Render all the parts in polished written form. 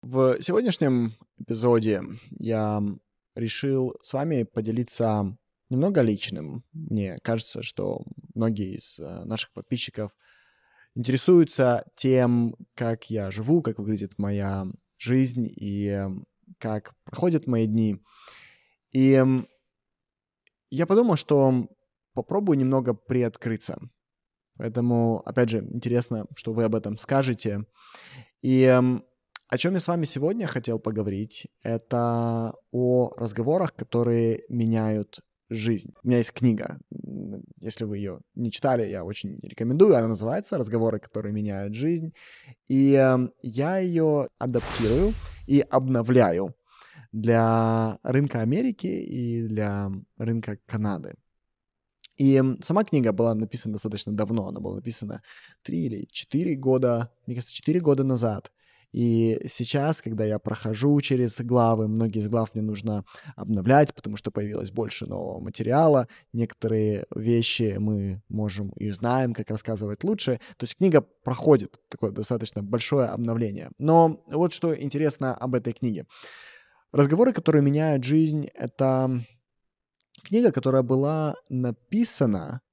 В сегодняшнем эпизоде я решил с вами поделиться немного личным. Мне кажется, что многие из наших подписчиков интересуются тем, как я живу, как выглядит моя жизнь и как проходят мои дни. И я подумал, что попробую немного приоткрыться. Поэтому, опять же, интересно, что вы об этом скажете. И о чем я с вами сегодня хотел поговорить, это о разговорах, которые меняют жизнь. У меня есть книга, если вы ее не читали, я очень рекомендую. Она называется «Разговоры, которые меняют жизнь». И я ее адаптирую и обновляю для рынка Америки и для рынка Канады. И сама книга была написана достаточно давно. Она была написана 3 или 4 года, мне кажется, 4 года назад. И сейчас, когда я прохожу через главы, многие из глав мне нужно обновлять, потому что появилось больше нового материала. Некоторые вещи мы можем и знаем, как рассказывать лучше. То есть книга проходит такое достаточно большое обновление. Но вот что интересно об этой книге. «Разговоры, которые меняют жизнь» — это книга, которая была написана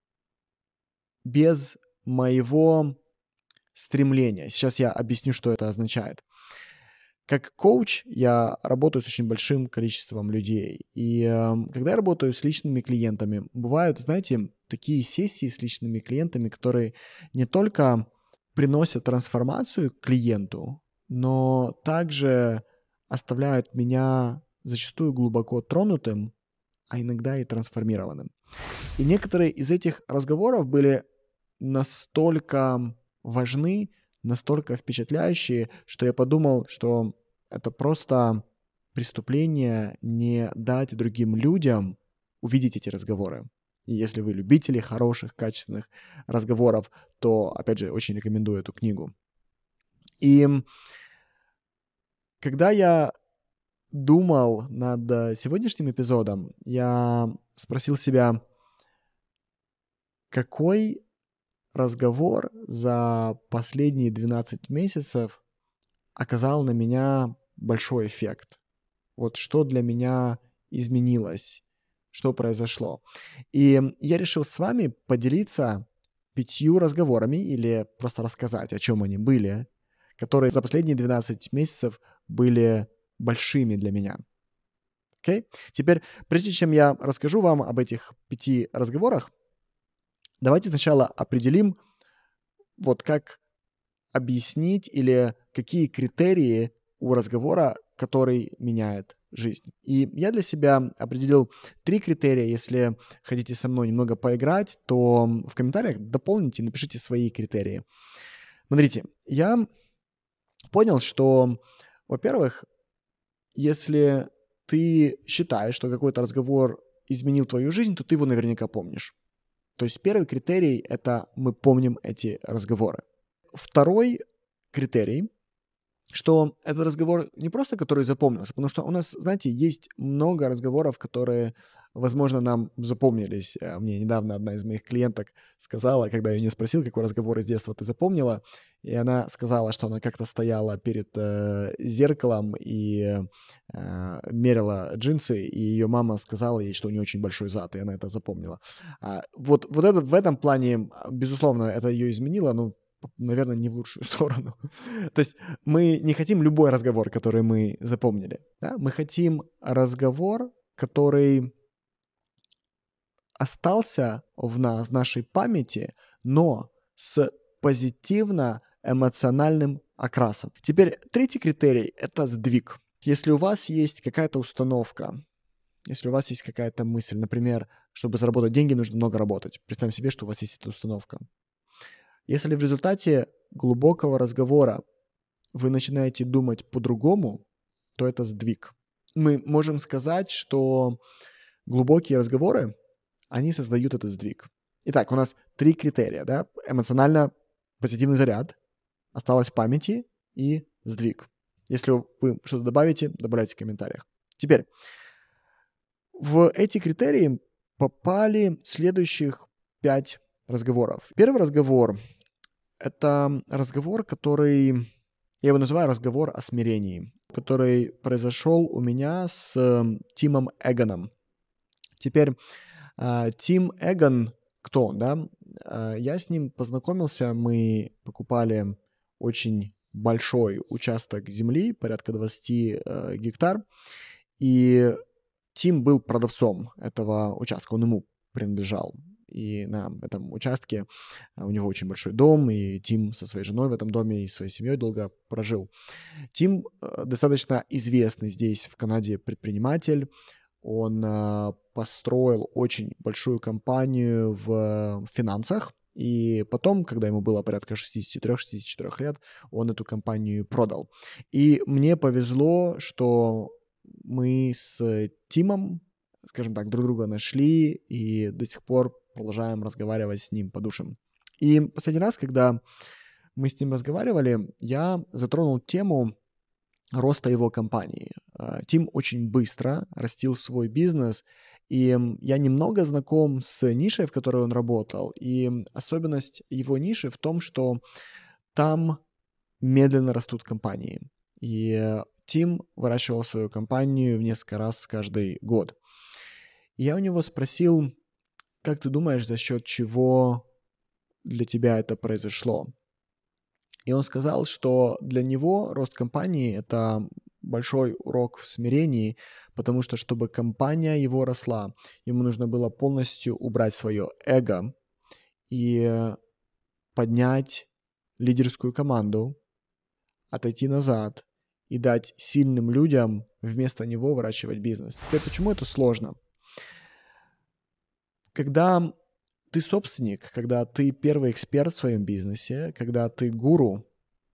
без моего стремления. Сейчас я объясню, что это означает. Как коуч я работаю с очень большим количеством людей. И когда я работаю с личными клиентами, бывают, знаете, такие сессии с личными клиентами, которые не только приносят трансформацию к клиенту, но также оставляют меня зачастую глубоко тронутым, а иногда и трансформированным. И некоторые из этих разговоров были настолько важны, настолько впечатляющие, что я подумал, что это просто преступление не дать другим людям увидеть эти разговоры. И если вы любители хороших, качественных разговоров, то, опять же, очень рекомендую эту книгу. И когда я думал над сегодняшним эпизодом, я спросил себя, какой разговор за последние 12 месяцев оказал на меня большой эффект. Вот что для меня изменилось, что произошло. И я решил с вами поделиться 5 разговорами или просто рассказать, о чем они были, которые за последние 12 месяцев были большими для меня. Окей? Теперь, прежде чем я расскажу вам об этих 5 разговорах, давайте сначала определим, вот как объяснить или какие критерии у разговора, который меняет жизнь. И я для себя определил 3 критерия. Если хотите со мной немного поиграть, то в комментариях дополните, напишите свои критерии. Смотрите, я понял, что, во-первых, если ты считаешь, что какой-то разговор изменил твою жизнь, то ты его наверняка помнишь. То есть первый критерий — это мы помним эти разговоры. Второй критерий, что этот разговор не просто который запомнился, потому что у нас, знаете, есть много разговоров, которые, возможно, нам запомнились. Мне недавно одна из моих клиенток сказала, когда я ее спросил, какой разговор из детства ты запомнила, и она сказала, что она как-то стояла перед зеркалом и мерила джинсы, и ее мама сказала ей, что у нее очень большой зад, и она это запомнила. Вот в этом плане, безусловно, это ее изменило, ну, наверное, не в лучшую сторону. То есть мы не хотим любой разговор, который мы запомнили. Да? Мы хотим разговор, который остался в нашей памяти, но с позитивно-эмоциональным окрасом. Теперь третий критерий — это сдвиг. Если у вас есть какая-то установка, если у вас есть какая-то мысль, например, чтобы заработать деньги, нужно много работать. Представим себе, что у вас есть эта установка. Если в результате глубокого разговора вы начинаете думать по-другому, то это сдвиг. Мы можем сказать, что глубокие разговоры, они создают этот сдвиг. Итак, у нас 3 критерия, да? Эмоционально позитивный заряд, осталось в памяти и сдвиг. Если вы что-то добавите, добавляйте в комментариях. Теперь, в эти критерии попали следующих 5 разговоров. Первый разговор — это разговор, который Я его называю «Разговор о смирении», который произошел у меня с Тимом Эгоном. Теперь Тим Эгон, кто он, да? Я с ним познакомился, мы покупали очень большой участок земли, порядка 20 гектар, и Тим был продавцом этого участка, он ему принадлежал. И на этом участке у него очень большой дом, и Тим со своей женой в этом доме и своей семьей долго прожил. Тим достаточно известный здесь, в Канаде, предприниматель. Он построил очень большую компанию в финансах, и потом, когда ему было порядка 63-64 лет, он эту компанию продал. И мне повезло, что мы с Тимом, скажем так, друг друга нашли и до сих пор продолжаем разговаривать с ним по душам. И последний раз, когда мы с ним разговаривали, я затронул тему роста его компании. Тим очень быстро растил свой бизнес, и я немного знаком с нишей, в которой он работал, и особенность его ниши в том, что там медленно растут компании. И Тим выращивал свою компанию в несколько раз каждый год. И я у него спросил, как ты думаешь, за счет чего для тебя это произошло? И он сказал, что для него рост компании — это большой урок в смирении, потому что, чтобы компания его росла, ему нужно было полностью убрать свое эго и поднять лидерскую команду, отойти назад и дать сильным людям вместо него выращивать бизнес. Теперь, почему это сложно? Когда ты собственник, когда ты первый эксперт в своем бизнесе, когда ты гуру,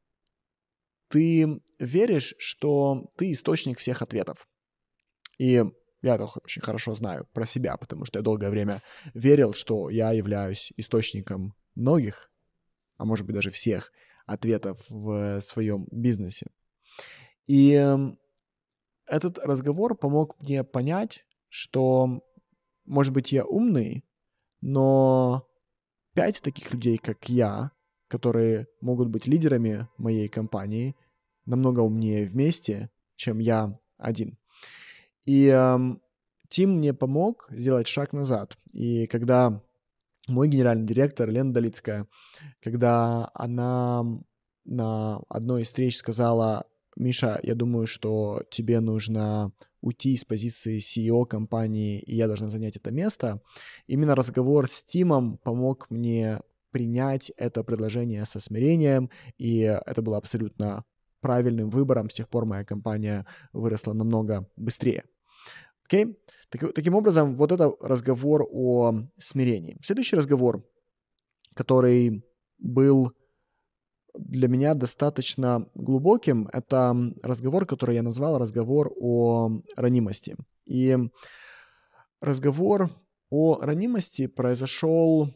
ты веришь, что ты источник всех ответов. И я это очень хорошо знаю про себя, потому что я долгое время верил, что я являюсь источником многих, а может быть даже всех ответов в своем бизнесе. И этот разговор помог мне понять, что, может быть, я умный, но 5 таких людей, как я, которые могут быть лидерами моей компании, намного умнее вместе, чем я один. И Тим мне помог сделать шаг назад. И когда мой генеральный директор Лена Долицкая, когда она на одной из встреч сказала: «Миша, я думаю, что тебе нужно уйти из позиции CEO компании, и я должна занять это место», именно разговор с Тимом помог мне принять это предложение со смирением, и это было абсолютно правильным выбором. С тех пор моя компания выросла намного быстрее. Окей? Таким образом, вот это разговор о смирении. Следующий разговор, который был для меня достаточно глубоким, это разговор, который я назвал разговор о ранимости. И разговор о ранимости произошел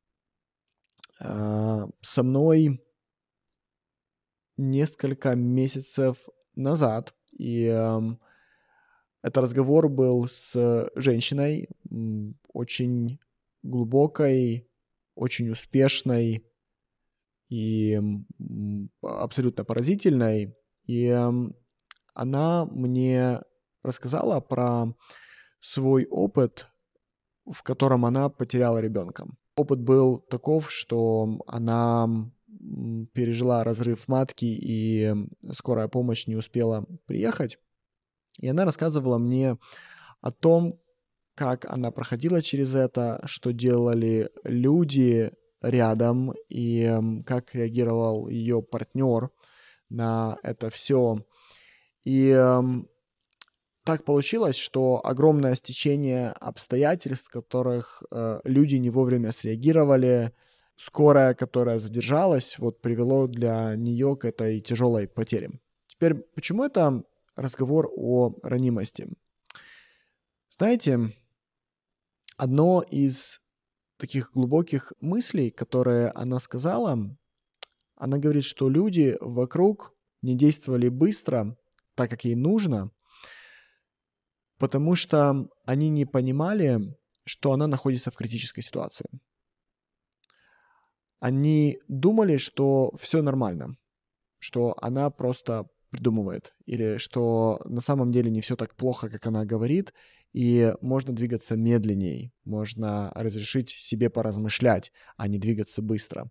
со мной несколько месяцев назад. И этот разговор был с женщиной, очень глубокой, очень успешной и абсолютно поразительной. И она мне рассказала про свой опыт, в котором она потеряла ребенка. Опыт был таков, что она пережила разрыв матки, и скорая помощь не успела приехать. И она рассказывала мне о том, как она проходила через это, что делали люди рядом, и как реагировал ее партнер на это все. И так получилось, что огромное стечение обстоятельств, в которых люди не вовремя среагировали, скорая, которая задержалась, вот привело для нее к этой тяжелой потере. Теперь, почему это разговор о ранимости? Знаете, одно из таких глубоких мыслей, которые она сказала, она говорит, что люди вокруг не действовали быстро, так как ей нужно, потому что они не понимали, что она находится в критической ситуации. Они думали, что все нормально, что она просто придумывает, или что на самом деле не все так плохо, как она говорит, и можно двигаться медленней, можно разрешить себе поразмышлять, а не двигаться быстро.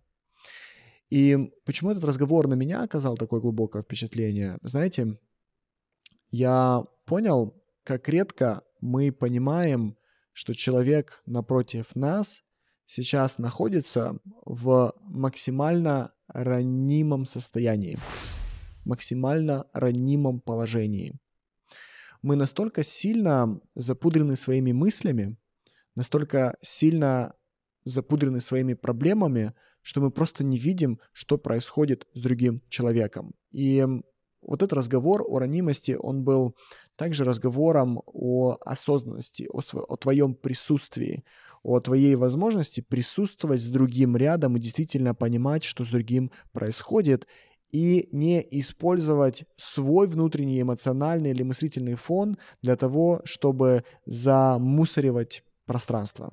И почему этот разговор на меня оказал такое глубокое впечатление? Знаете, я понял, как редко мы понимаем, что человек напротив нас сейчас находится в максимально ранимом состоянии, максимально ранимом положении. Мы настолько сильно запудрены своими мыслями, настолько сильно запудрены своими проблемами, что мы просто не видим, что происходит с другим человеком. И вот этот разговор о ранимости, он был также разговором о осознанности, о твоем присутствии, о твоей возможности присутствовать с другим рядом и действительно понимать, что с другим происходит, и не использовать свой внутренний эмоциональный или мыслительный фон для того, чтобы замусоривать пространство.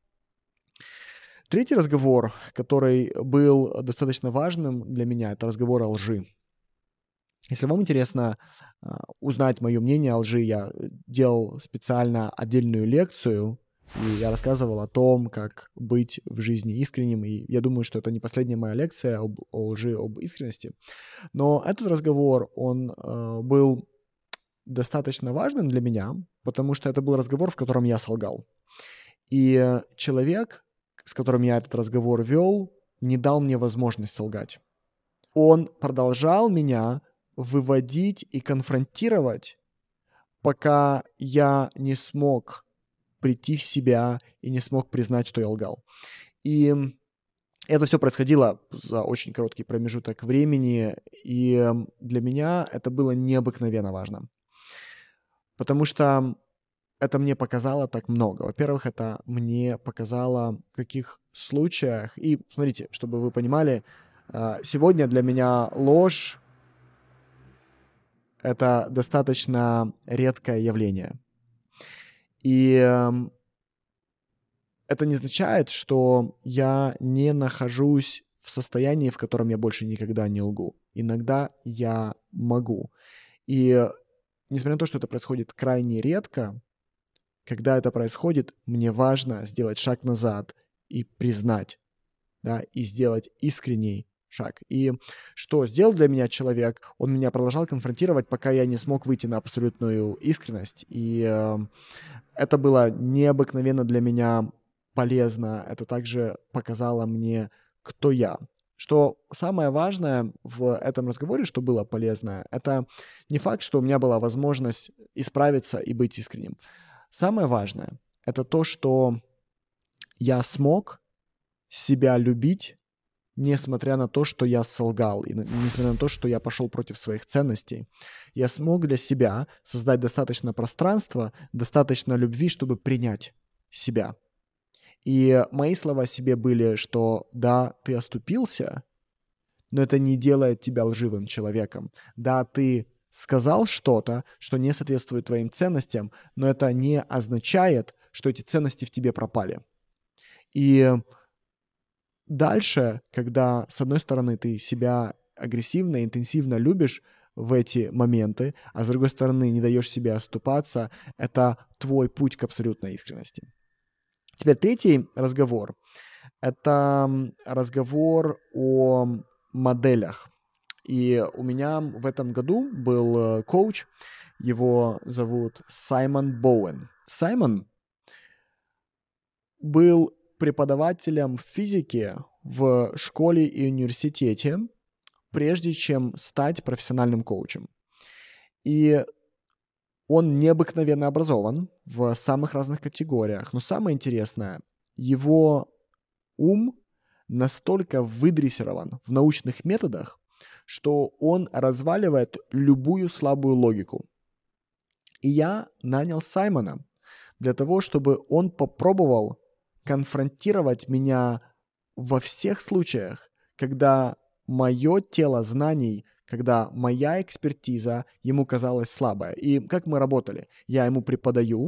Третий разговор, который был достаточно важным для меня, это разговор о лжи. Если вам интересно узнать мое мнение о лжи, я делал специально отдельную лекцию, и я рассказывал о том, как быть в жизни искренним, и я думаю, что это не последняя моя лекция о лжи, об искренности. Но этот разговор, он был достаточно важным для меня, потому что это был разговор, в котором я солгал. И человек, с которым я этот разговор вел, не дал мне возможность солгать. Он продолжал меня выводить и конфронтировать, пока я не смог прийти в себя и не смог признать, что я лгал. И это все происходило за очень короткий промежуток времени, и для меня это было необыкновенно важно. Потому что это мне показало так много. Во-первых, это мне показало, в каких случаях... И смотрите, чтобы вы понимали, сегодня для меня ложь — это достаточно редкое явление. И это не означает, что я не нахожусь в состоянии, в котором я больше никогда не лгу. Иногда я могу. И несмотря на то, что это происходит крайне редко, когда это происходит, мне важно сделать шаг назад и признать, да, и сделать искренний шаг. И что сделал для меня человек? Он меня продолжал конфронтировать, пока я не смог выйти на абсолютную искренность. И это было необыкновенно для меня полезно. Это также показало мне, кто я. Что самое важное в этом разговоре, что было полезно, это не факт, что у меня была возможность исправиться и быть искренним. Самое важное — это то, что я смог себя любить, несмотря на то, что я солгал, и несмотря на то, что я пошел против своих ценностей. Я смог для себя создать достаточно пространства, достаточно любви, чтобы принять себя. И мои слова себе были, что да, ты оступился, но это не делает тебя лживым человеком. Да, ты сказал что-то, что не соответствует твоим ценностям, но это не означает, что эти ценности в тебе пропали. И дальше, когда, с одной стороны, ты себя агрессивно, интенсивно любишь в эти моменты, а с другой стороны, не даешь себе оступаться, это твой путь к абсолютной искренности. Теперь третий разговор — это разговор о моделях. И у меня в этом году был коуч, его зовут Саймон Боуэн. Саймон был преподавателем физики в школе и университете, прежде чем стать профессиональным коучем. И он необыкновенно образован в самых разных категориях. Но самое интересное, его ум настолько выдрессирован в научных методах, что он разваливает любую слабую логику. И я нанял Саймона для того, чтобы он попробовал конфронтировать меня во всех случаях, когда мое тело знаний, когда моя экспертиза ему казалась слабая. И как мы работали? Я ему преподаю,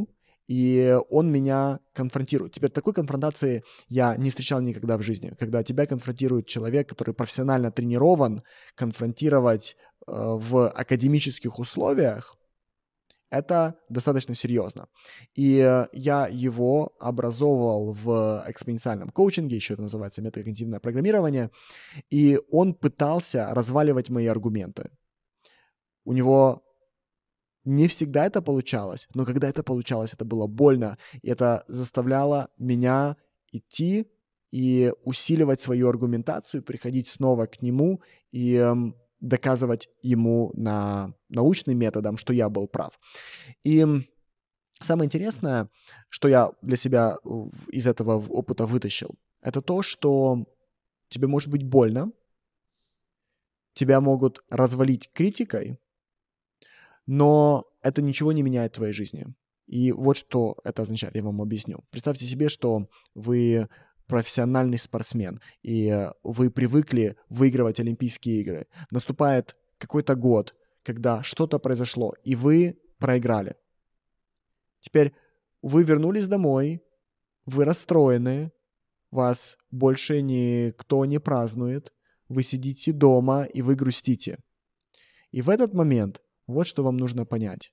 и он меня конфронтирует. Теперь такой конфронтации я не встречал никогда в жизни, когда тебя конфронтирует человек, который профессионально тренирован конфронтировать в академических условиях. Это достаточно серьезно. И я его образовывал в экспоненциальном коучинге, еще это называется метакогнитивное программирование, и он пытался разваливать мои аргументы. У него не всегда это получалось, но когда это получалось, это было больно, и это заставляло меня идти и усиливать свою аргументацию, приходить снова к нему и доказывать ему научным методом, что я был прав. И самое интересное, что я для себя из этого опыта вытащил, это то, что тебе может быть больно, тебя могут развалить критикой, но это ничего не меняет в твоей жизни. И вот что это означает, я вам объясню. Представьте себе, что вы профессиональный спортсмен, и вы привыкли выигрывать Олимпийские игры. Наступает какой-то год, когда что-то произошло, и вы проиграли. Теперь вы вернулись домой, вы расстроены, вас больше никто не празднует, вы сидите дома, и вы грустите. И в этот момент вот что вам нужно понять.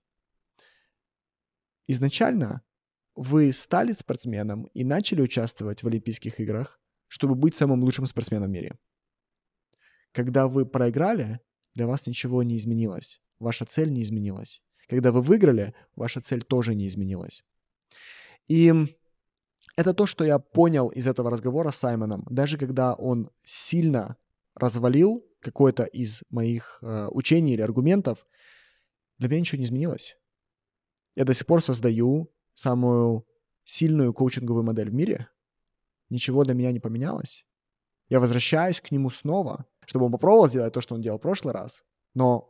Изначально вы стали спортсменом и начали участвовать в Олимпийских играх, чтобы быть самым лучшим спортсменом в мире. Когда вы проиграли, для вас ничего не изменилось. Ваша цель не изменилась. Когда вы выиграли, ваша цель тоже не изменилась. И это то, что я понял из этого разговора с Саймоном. Даже когда он сильно развалил какое-то из моих учений или аргументов, для меня ничего не изменилось. Я до сих пор создаю самую сильную коучинговую модель в мире. Ничего для меня не поменялось. Я возвращаюсь к нему снова, чтобы он попробовал сделать то, что он делал в прошлый раз. Но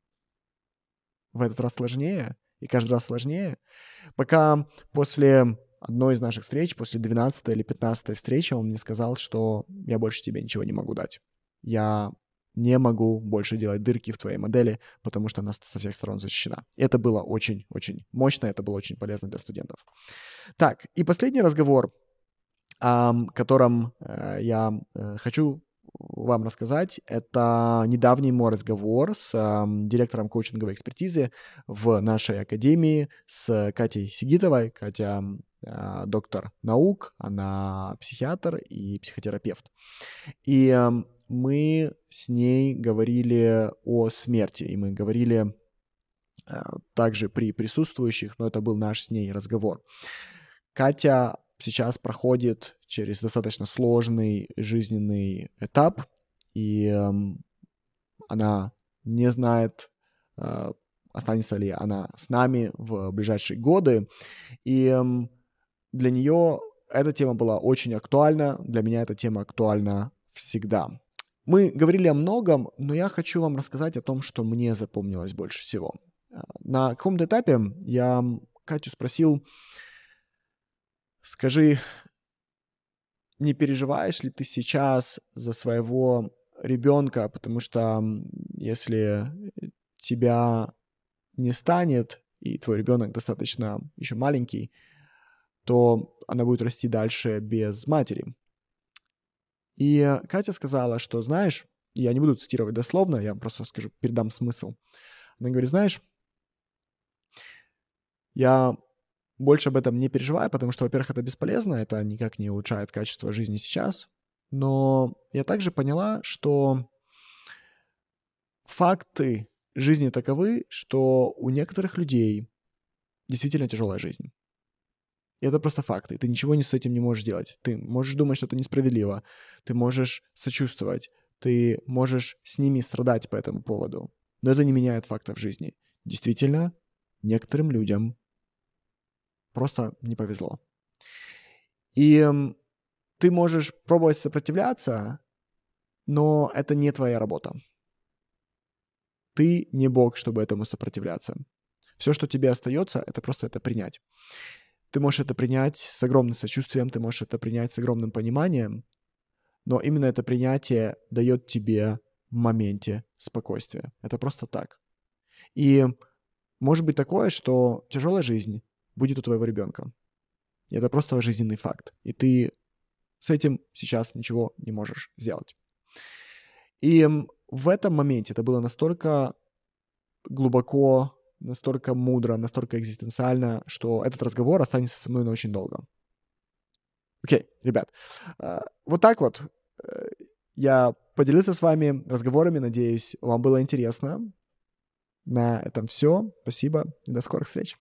в этот раз сложнее, и каждый раз сложнее. Пока после одной из наших встреч, после 12-й или 15-й встречи, он мне сказал, что я больше тебе ничего не могу дать. Я не могу больше делать дырки в твоей модели, потому что она со всех сторон защищена. Это было очень-очень мощно, это было очень полезно для студентов. Так, и последний разговор, о котором я хочу вам рассказать, это недавний мой разговор с директором коучинговой экспертизы в нашей академии, с Катей Сигитовой. Катя доктор наук, она психиатр и психотерапевт. И мы с ней говорили о смерти, и мы говорили также при присутствующих, но это был наш с ней разговор. Катя сейчас проходит через достаточно сложный жизненный этап, и она не знает, останется ли она с нами в ближайшие годы, и для нее эта тема была очень актуальна, для меня эта тема актуальна всегда. Мы говорили о многом, но я хочу вам рассказать о том, что мне запомнилось больше всего. На каком-то этапе я Катю спросил: скажи, не переживаешь ли ты сейчас за своего ребенка, потому что если тебя не станет, и твой ребенок достаточно еще маленький, то она будет расти дальше без матери. И Катя сказала, что, знаешь, я не буду цитировать дословно, я просто скажу, передам смысл. Она говорит: знаешь, я больше об этом не переживаю, потому что, во-первых, это бесполезно, это никак не улучшает качество жизни сейчас, но я также поняла, что факты жизни таковы, что у некоторых людей действительно тяжелая жизнь. И это просто факты. Ты ничего с этим не можешь делать. Ты можешь думать, что это несправедливо. Ты можешь сочувствовать. Ты можешь с ними страдать по этому поводу. Но это не меняет фактов жизни. Действительно, некоторым людям просто не повезло. И ты можешь пробовать сопротивляться, но это не твоя работа. Ты не Бог, чтобы этому сопротивляться. Все, что тебе остается, это просто это принять. Ты можешь это принять с огромным сочувствием, ты можешь это принять с огромным пониманием, но именно это принятие дает тебе в моменте спокойствие. Это просто так. И может быть такое, что тяжелая жизнь будет у твоего ребенка. И это просто жизненный факт. И ты с этим сейчас ничего не можешь сделать. И в этом моменте это было настолько глубоко, настолько мудро, настолько экзистенциально, что этот разговор останется со мной на очень долго. Окей, ребят, вот так вот я поделился с вами разговорами, надеюсь, вам было интересно. На этом все. Спасибо и до скорых встреч.